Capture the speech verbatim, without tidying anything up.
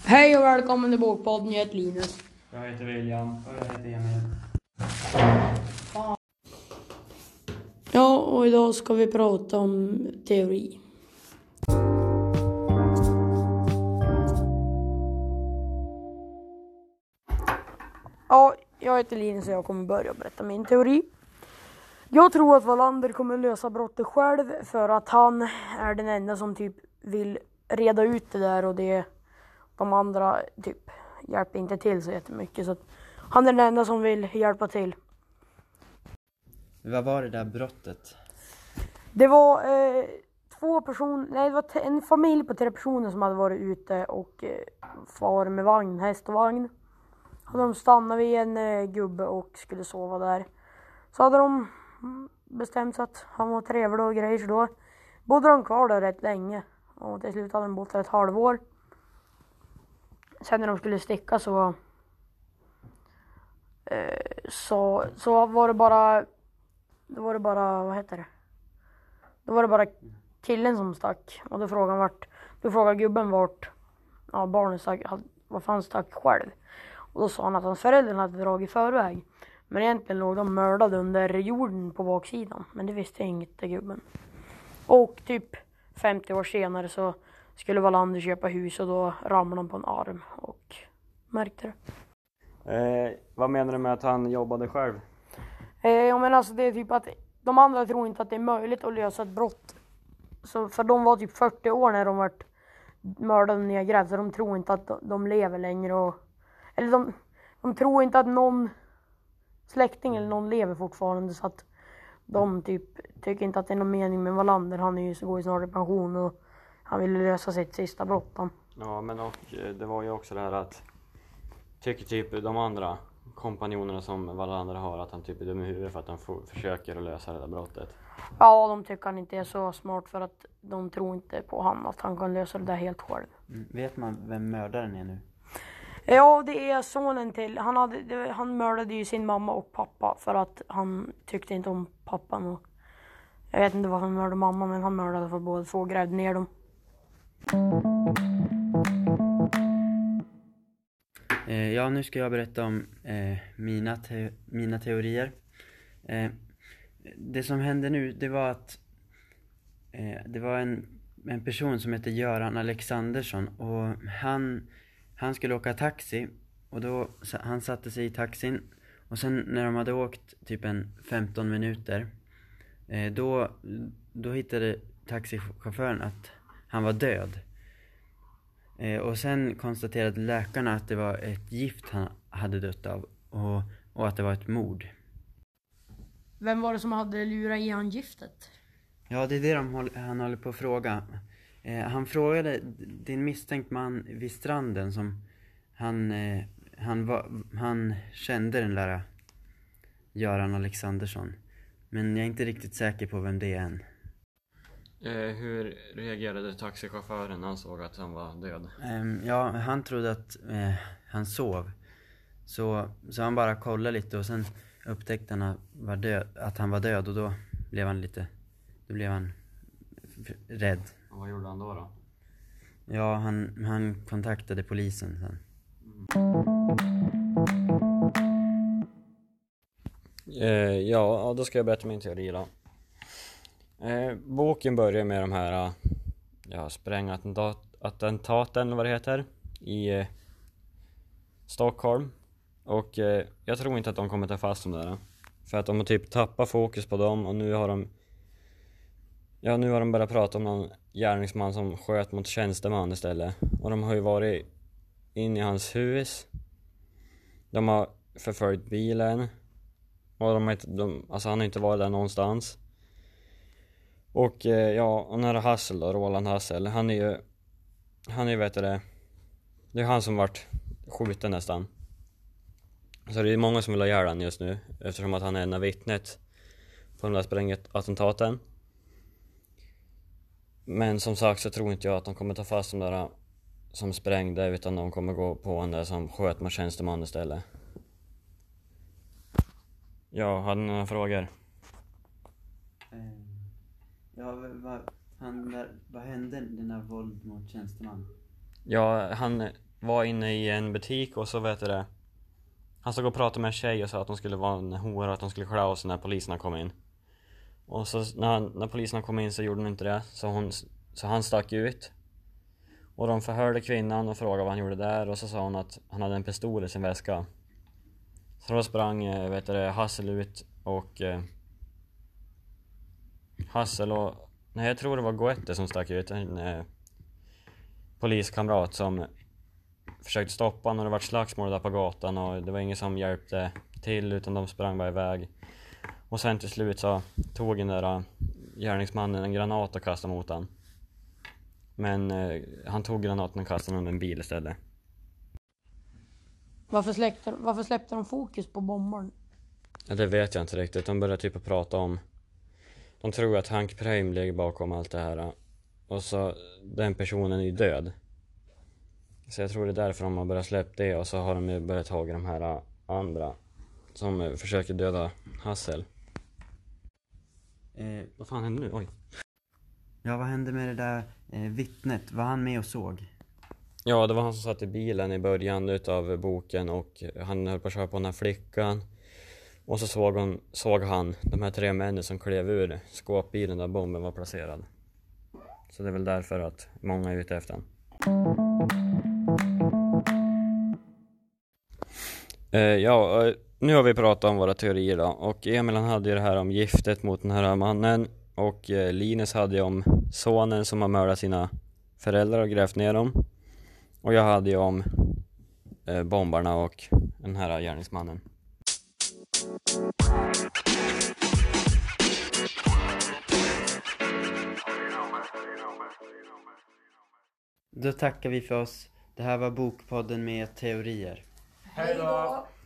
Hej och välkommen till Bokpodden, jag heter Linus. Jag heter William och jag heter Emil. Ja, och idag ska vi prata om teori. Ja, jag heter Linus och jag kommer börja berätta min teori. Jag tror att Wallander kommer lösa brottet själv för att han är den enda som typ vill reda ut det där och det de andra typ hjälper inte till så jättemycket, så att han är den enda som vill hjälpa till. Vad var det där brottet? Det var eh, två personer, nej det var t- en familj på tre personer som hade varit ute och eh, far med vagn, häst och vagn. Hade de stannat vid en eh, gubbe och skulle sova där. Så hade de bestämt sig att han var trevlig och grejer, så då bodde de kvar där rätt länge. Och till slut hade de bott där ett halvår. Sen när de skulle sticka så, eh, så, så var det bara, då var det bara, vad heter det? Då var det bara killen som stack. Och då frågade han vart, då frågade gubben vart, ja barnet stack, vad fan stack själv. Och då sa han att hans föräldrar hade dragit i förväg. Men egentligen låg de mördade under jorden på baksidan. Men det visste inte gubben. Och typ femtio år senare så skulle Wallander köpa hus och då ramlade han på en arm och märkte det. Eh, vad menar du med att han jobbade själv? Eh, jag menar alltså det är typ att de andra tror inte att det är möjligt att lösa ett brott. Så för de var typ fyrtio år när de var mördade och nedgrävda, så de tror inte att de, de lever längre. Och, eller de, de tror inte att någon släkting eller någon lever fortfarande, så att de typ tycker inte att det är någon mening med Wallander. Han är ju så går ju snart i pension och han ville lösa sitt sista brott. Ja, men och det var ju också det här att tycker typ de andra kompanjonerna som Wallander har att han typ är dum i huvudet för att han får, försöker att lösa det där brottet. Ja, de tycker han inte är så smart för att de tror inte på han att han kan lösa det där helt själv. Mm. Vet man vem mördaren är nu? Ja, det är sonen till. Han, hade, det, han mördade ju sin mamma och pappa för att han tyckte inte om pappan. Och jag vet inte varför han mördade mamma, men han mördade för båda två, grävde ner dem. Eh, ja, nu ska jag berätta om eh, mina, te- mina teorier. Eh, det som hände nu, det var att eh, det var en, en person som heter Göran Alexandersson. Och han, han skulle åka taxi. Och då, han satte sig i taxin. Och sen när de hade åkt typ en femton minuter. Eh, då, då hittade taxichauffören att han var död. Eh, och sen konstaterade läkarna att det var ett gift han hade dött av. Och, och att det var ett mord. Vem var det som hade lurat i han giftet? Ja, det är det de håll, han håller på att fråga. Eh, han frågade din misstänkt man vid stranden som han, eh, han, var, han kände den där Göran Alexandersson. Men jag är inte riktigt säker på vem det är än. Eh, hur reagerade taxichauffören när han såg att han var död? Eh, ja, han trodde att eh, han sov. Så, så han bara kollade lite och sen upptäckte han att, var död, att han var död. Och då blev han lite, då blev han f- rädd. Och vad gjorde han då då? Ja, han, han kontaktade polisen sen. Eh, ja, då ska jag berätta min teori då. Eh, boken börjar med de här ja, sprängattentaten eller vad det heter i eh, Stockholm. Och eh, jag tror inte att de kommer ta fast dem där. För att de har typ tappat fokus på dem och nu har de Ja, nu har de börjat prata om någon gärningsman som sköt mot tjänsteman istället. Och de har ju varit in i hans hus. De har förföljt bilen. Och de har inte, de, alltså han har inte varit där någonstans. Och eh, ja, och när Hassel då, Roland Hassel, han är ju, han är ju, vet du det, det är han som varit skjuten nästan. Så det är många som vill ha ihjäl han just nu, eftersom att han är enda vittnet på de där sprängattentaten. Men som sagt så tror inte jag att de kommer ta fast de där som sprängde, utan de kommer gå på en där som sköt mot tjänsteman istället. Ja, hade ni några frågor? Ja, vad, han där, vad hände den där våld mot tjänsteman? Ja, han var inne i en butik och så vet du det. Han stod och pratade med en tjej och sa att de skulle vara en hora, att de skulle klä av sig när poliserna kom in. Och så när, han, när poliserna kom in så gjorde hon inte det, så, hon, så han stack ut. Och de förhörde kvinnan och frågade vad han gjorde där, och så sa hon att han hade en pistol i sin väska. Så då sprang vet du, Hassel ut och eh, Hassel och nej, jag tror det var Goethe som stack ut, en eh, poliskamrat som försökte stoppa när det var slagsmål där på gatan, och det var ingen som hjälpte till utan de sprang bara iväg. Och sen till slut så tog den där gärningsmannen en granat och kastade mot han. Men eh, han tog granaten och kastade under en bil istället. Varför släppte, varför släppte de fokus på bombaren? Ja, det vet jag inte riktigt. De började typ att prata om... De tror att Hank Pym ligger bakom allt det här. Och så den personen är ju död. Så jag tror det är därför de har börjat släppa det. Och så har de ju börjat ta de här andra som försöker döda Hassel. Eh, Vad fan hände nu? Oj. ja, vad hände med det där eh, vittnet? Var han med och såg? Ja, det var han som satt i bilen i början utav boken och han höll på att köra på den här flickan. Och så såg, hon, såg han de här tre männen som klev ur skåpbilen där bomben var placerad. Så det är väl därför att många är ute efter han. Eh, ja, nu har vi pratat om våra teorier då. Och Emil han hade ju det här om giftet mot den här mannen. Och eh, Linus hade ju om sonen som har mördat sina föräldrar och grävt ner dem. Och jag hade ju om eh, bombarna och den här gärningsmannen. Då tackar vi för oss. Det här var Bokpodden med teorier. Hej då!